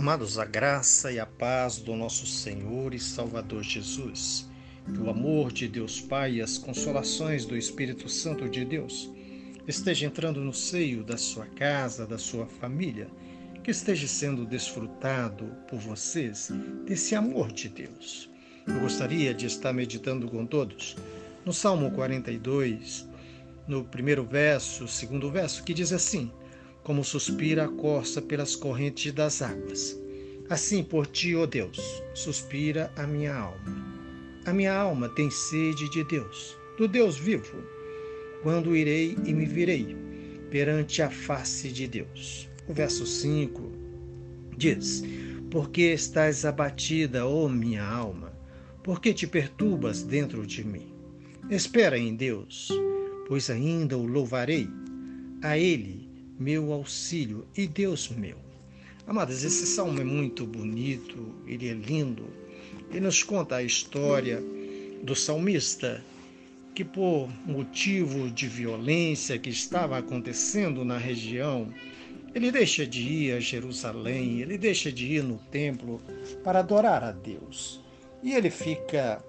Amados, a graça e a paz do nosso Senhor e Salvador Jesus, que o amor de Deus Pai e as consolações do Espírito Santo de Deus esteja entrando no seio da sua casa, da sua família, que esteja sendo desfrutado por vocês desse amor de Deus. Eu gostaria de estar meditando com todos no Salmo 42, no primeiro verso, segundo verso, que diz assim: como suspira a corça pelas correntes das águas, assim por ti, ó Deus, suspira a minha alma. A minha alma tem sede de Deus, do Deus vivo. Quando irei e me virei perante a face de Deus. O verso 5 diz: porque estás abatida, ó minha alma? Por que te perturbas dentro de mim? Espera em Deus, pois ainda o louvarei. A Ele, meu auxílio e Deus meu. Amados, esse salmo é muito bonito, ele é lindo. Ele nos conta a história do salmista que, por motivo de violência que estava acontecendo na região, ele deixa de ir a Jerusalém, ele deixa de ir no templo para adorar a Deus. E ele fica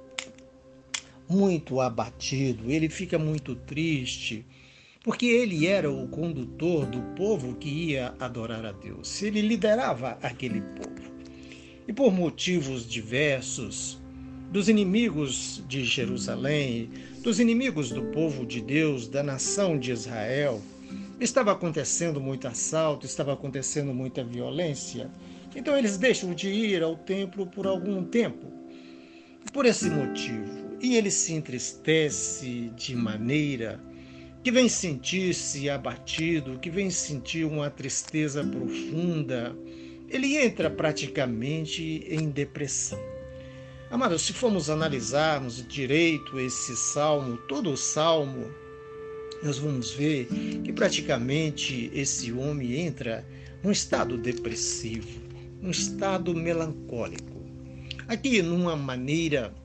muito abatido, ele fica muito triste, porque ele era o condutor do povo que ia adorar a Deus. Ele liderava aquele povo. E por motivos diversos, dos inimigos de Jerusalém, dos inimigos do povo de Deus, da nação de Israel, estava acontecendo muito assalto, estava acontecendo muita violência. Então eles deixam de ir ao templo por algum tempo, por esse motivo. E ele se entristece de maneira que vem sentir-se abatido, que vem sentir uma tristeza profunda. Ele entra praticamente em depressão. Amados, se formos analisarmos direito esse salmo, todo o salmo, nós vamos ver que praticamente esse homem entra num estado depressivo, num estado melancólico. Aqui, numa maneira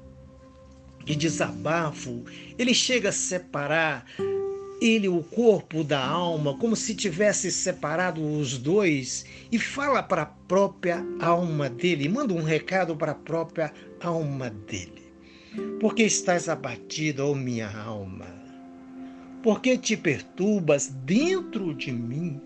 de desabafo, ele chega a separar o corpo da alma, como se tivesse separado os dois, e fala para a própria alma dele, manda um recado para a própria alma dele. Porque estás abatida, ó minha alma? Porque te perturbas dentro de mim?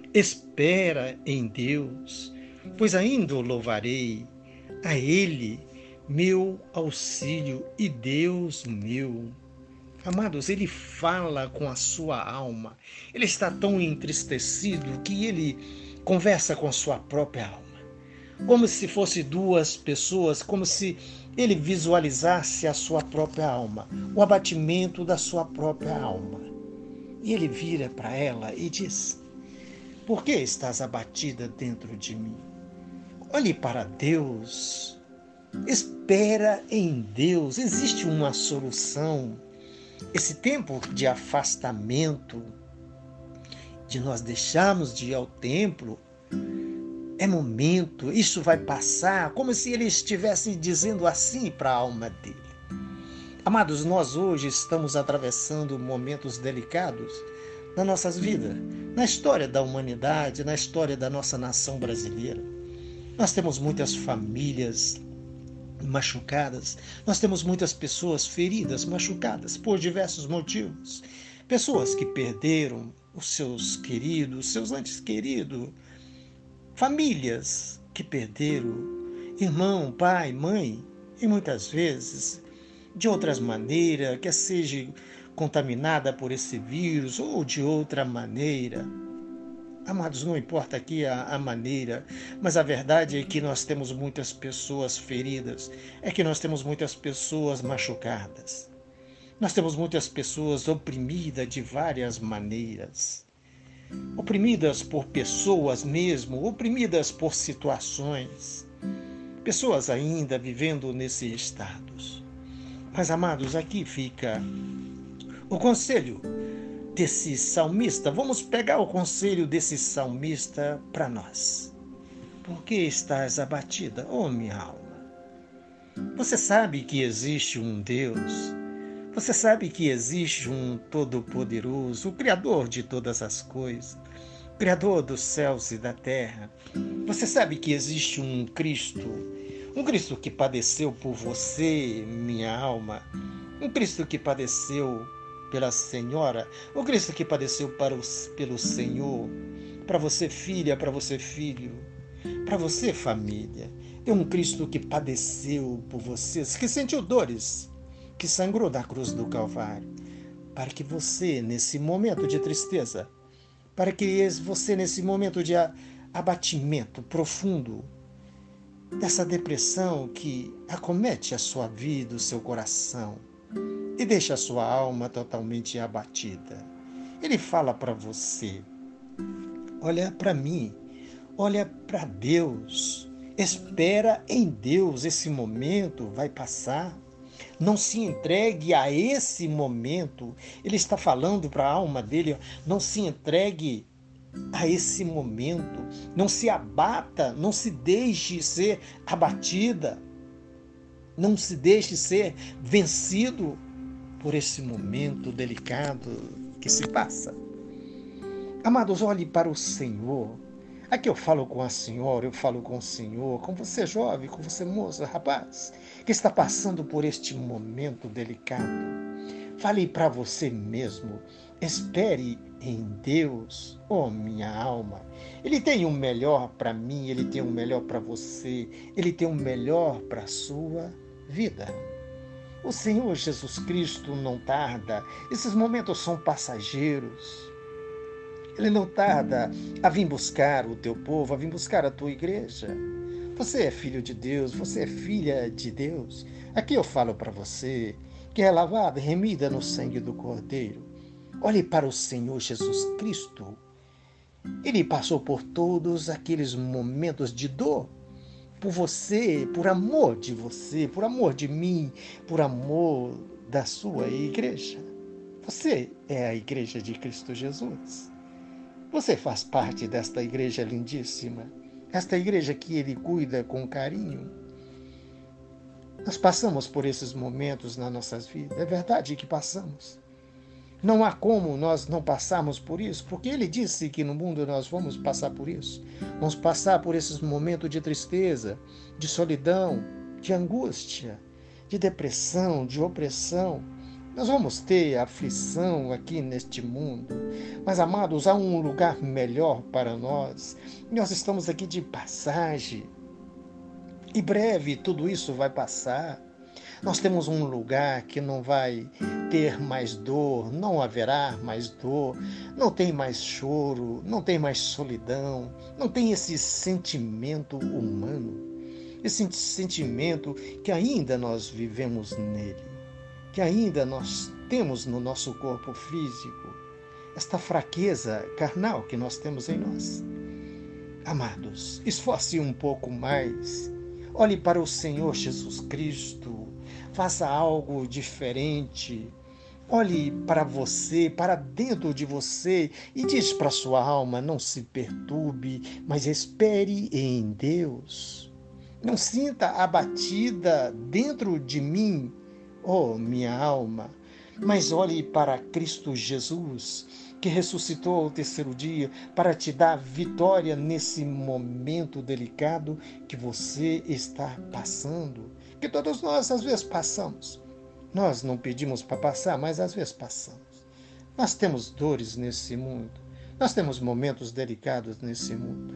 Espera em Deus, pois ainda o louvarei. A Ele, meu auxílio e Deus meu. Amados, ele fala com a sua alma. Ele está tão entristecido que ele conversa com a sua própria alma. Como se fosse duas pessoas, como se ele visualizasse a sua própria alma, o abatimento da sua própria alma. E ele vira para ela e diz: por que estás abatida dentro de mim? Olhe para Deus. Espera em Deus. Existe uma solução. Esse tempo de afastamento, de nós deixarmos de ir ao templo, é momento, isso vai passar, como se ele estivesse dizendo assim para a alma dele. Amados, nós hoje estamos atravessando momentos delicados nas nossas vidas, na história da humanidade, na história da nossa nação brasileira. Nós temos muitas famílias machucadas, nós temos muitas pessoas feridas, machucadas por diversos motivos. Pessoas que perderam os seus queridos, seus entes queridos, famílias que perderam irmão, pai, mãe, e muitas vezes de outras maneiras, quer seja contaminada por esse vírus ou de outra maneira. Amados, não importa aqui a maneira, mas a verdade é que nós temos muitas pessoas feridas, é que nós temos muitas pessoas machucadas. Nós temos muitas pessoas oprimidas de várias maneiras. Oprimidas por pessoas mesmo, oprimidas por situações. Pessoas ainda vivendo nesse estado. Mas, amados, aqui fica o conselho desse salmista. Vamos pegar o conselho desse salmista para nós. Por que estás abatida, ó minha alma? Você sabe que existe um Deus. Você sabe que existe um Todo-Poderoso, o Criador de todas as coisas, Criador dos céus e da terra. Você sabe que existe um Cristo que padeceu por você, minha alma, um Cristo que padeceu pela Senhora, um Cristo que padeceu pelo Senhor, para você, filha, para você, filho, para você, família. É um Cristo que padeceu por vocês, que sentiu dores, que sangrou da cruz do Calvário, para que você, nesse momento de tristeza, para que você, nesse momento de abatimento profundo, dessa depressão que acomete a sua vida, o seu coração, e deixa a sua alma totalmente abatida. Ele fala para você: olha para mim, olha para Deus, espera em Deus, esse momento vai passar. Não se entregue a esse momento. Ele está falando para a alma dele: não se entregue a esse momento. Não se abata, não se deixe ser abatida. Não se deixe ser vencido por esse momento delicado que se passa. Amados, olhe para o Senhor. Aqui eu falo com a senhora, eu falo com o senhor, com você jovem, com você moça, rapaz, que está passando por este momento delicado. Fale para você mesmo, espere em Deus, oh minha alma. Ele tem o melhor para mim, Ele tem o melhor para você, Ele tem o melhor para a sua vida. O Senhor Jesus Cristo não tarda, esses momentos são passageiros. Ele não tarda a vir buscar o teu povo, a vir buscar a tua igreja. Você é filho de Deus, você é filha de Deus. Aqui eu falo para você que é lavada e remida no sangue do Cordeiro. Olhe para o Senhor Jesus Cristo. Ele passou por todos aqueles momentos de dor, por você, por amor de você, por amor de mim, por amor da sua igreja. Você é a igreja de Cristo Jesus. Você faz parte desta igreja lindíssima, esta igreja que Ele cuida com carinho. Nós passamos por esses momentos nas nossas vidas, é verdade que passamos. Não há como nós não passarmos por isso, porque Ele disse que no mundo nós vamos passar por isso. Vamos passar por esses momentos de tristeza, de solidão, de angústia, de depressão, de opressão. Nós vamos ter aflição aqui neste mundo, mas, amados, há um lugar melhor para nós. Nós estamos aqui de passagem. Em breve tudo isso vai passar. Nós temos um lugar que não vai ter mais dor, não haverá mais dor, não tem mais choro, não tem mais solidão, não tem esse sentimento humano, esse sentimento que ainda nós vivemos nele, que ainda nós temos no nosso corpo físico, esta fraqueza carnal que nós temos em nós. Amados, esforce um pouco mais. Olhe para o Senhor Jesus Cristo. Faça algo diferente. Olhe para você, para dentro de você e diz para sua alma: não se perturbe, mas espere em Deus. Não sinta abatida dentro de mim, oh minha alma, mas olhe para Cristo Jesus, que ressuscitou ao terceiro dia para te dar vitória nesse momento delicado que você está passando, que todos nós às vezes passamos. Nós não pedimos para passar, mas às vezes passamos. Nós temos dores nesse mundo, nós temos momentos delicados nesse mundo.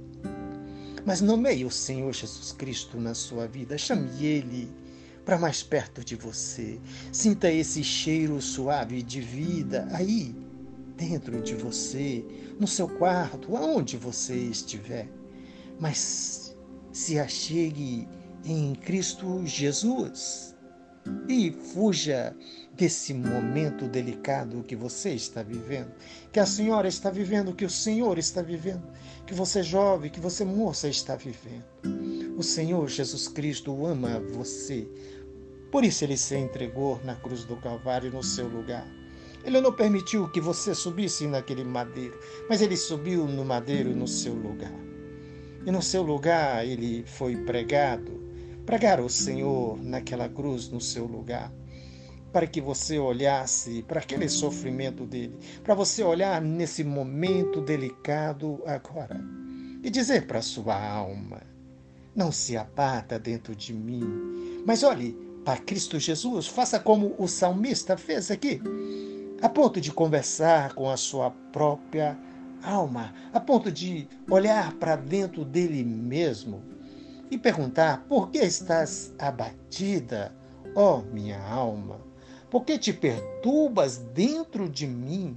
Mas nomeie o Senhor Jesus Cristo na sua vida, chame Ele para mais perto de você. Sinta esse cheiro suave de vida aí, dentro de você, no seu quarto, aonde você estiver. Mas se achegue em Cristo Jesus e fuja desse momento delicado que você está vivendo, que a senhora está vivendo, que o senhor está vivendo, que você jovem, que você moça está vivendo. O Senhor Jesus Cristo ama você, por isso Ele se entregou na cruz do Calvário no seu lugar. Ele não permitiu que você subisse naquele madeiro, mas Ele subiu no madeiro no seu lugar. E no seu lugar Ele foi pregado. Pregaram o Senhor naquela cruz no seu lugar, para que você olhasse para aquele sofrimento dele, para você olhar nesse momento delicado agora. e dizer para a sua alma: não se abata dentro de mim, mas olhe para Cristo Jesus, faça como o salmista fez aqui, a ponto de conversar com a sua própria alma, a ponto de olhar para dentro dele mesmo e perguntar: por que estás abatida, ó minha alma? Por que te perturbas dentro de mim?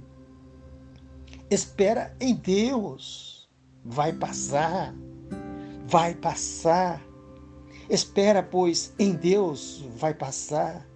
Espera em Deus. Vai passar. Vai passar. Espera, pois, em Deus vai passar.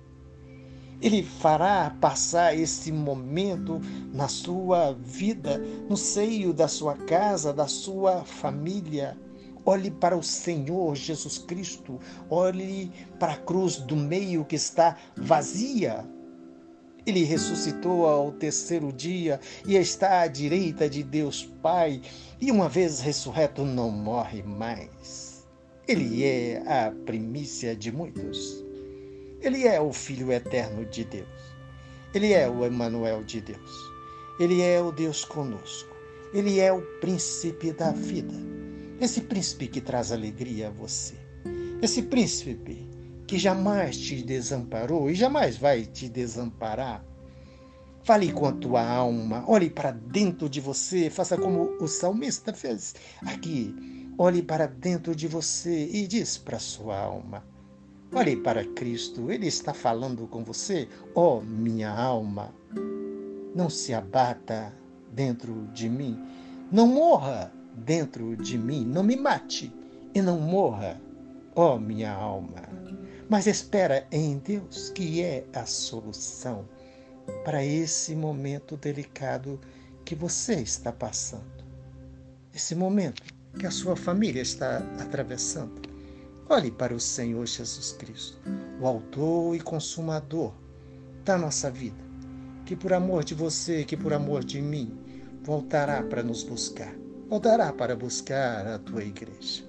Ele fará passar esse momento na sua vida, no seio da sua casa, da sua família. Olhe para o Senhor Jesus Cristo. Olhe para a cruz do meio que está vazia. Ele ressuscitou ao terceiro dia e está à direita de Deus Pai. E uma vez ressurreto, não morre mais. Ele é a primícia de muitos. Ele é o Filho eterno de Deus. Ele é o Emanuel de Deus. Ele é o Deus conosco. Ele é o príncipe da vida. Esse príncipe que traz alegria a você. Esse príncipe que jamais te desamparou e jamais vai te desamparar. Fale com a tua alma, olhe para dentro de você, faça como o salmista fez aqui. Olhe para dentro de você e diz para a sua alma: olhe para Cristo, Ele está falando com você. Ó minha alma, não se abata dentro de mim, não morra dentro de mim, não me mate e não morra, ó minha alma. Mas espera em Deus, que é a solução para esse momento delicado que você está passando. Esse momento que a sua família está atravessando. Olhe para o Senhor Jesus Cristo, o autor e consumador da nossa vida, que por amor de você, que por amor de mim, voltará para nos buscar, voltará para buscar a tua igreja.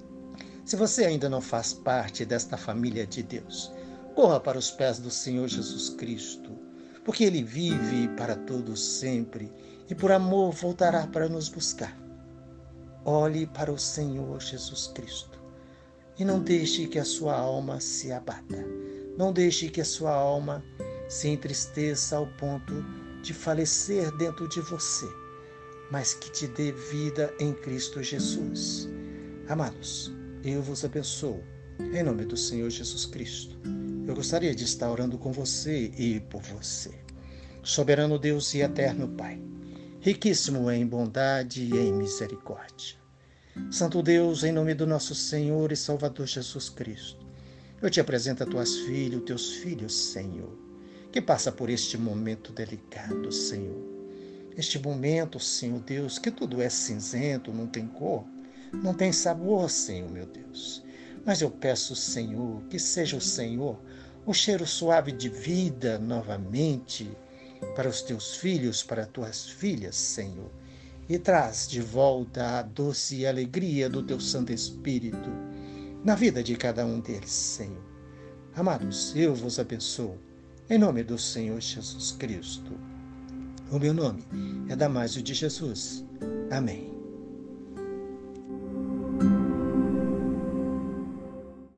Se você ainda não faz parte desta família de Deus, corra para os pés do Senhor Jesus Cristo, porque Ele vive para todos sempre e por amor voltará para nos buscar. Olhe para o Senhor Jesus Cristo e não deixe que a sua alma se abata. Não deixe que a sua alma se entristeça ao ponto de falecer dentro de você, mas que te dê vida em Cristo Jesus. Amados, eu vos abençoo, em nome do Senhor Jesus Cristo. Eu gostaria de estar orando com você e por você. Soberano Deus e eterno Pai, riquíssimo em bondade e em misericórdia. Santo Deus, em nome do nosso Senhor e Salvador Jesus Cristo, eu te apresento a tuas filhas, teus filhos, Senhor, que passa por este momento delicado, Senhor. Este momento, Senhor Deus, que tudo é cinzento, não tem cor, não tem sabor, Senhor, meu Deus. Mas eu peço, Senhor, que seja o Senhor o cheiro suave de vida novamente para os teus filhos, para as tuas filhas, Senhor. E traz de volta a doce alegria do teu Santo Espírito na vida de cada um deles, Senhor. Amados, eu vos abençoo, em nome do Senhor Jesus Cristo. O meu nome é Damásio de Jesus. Amém.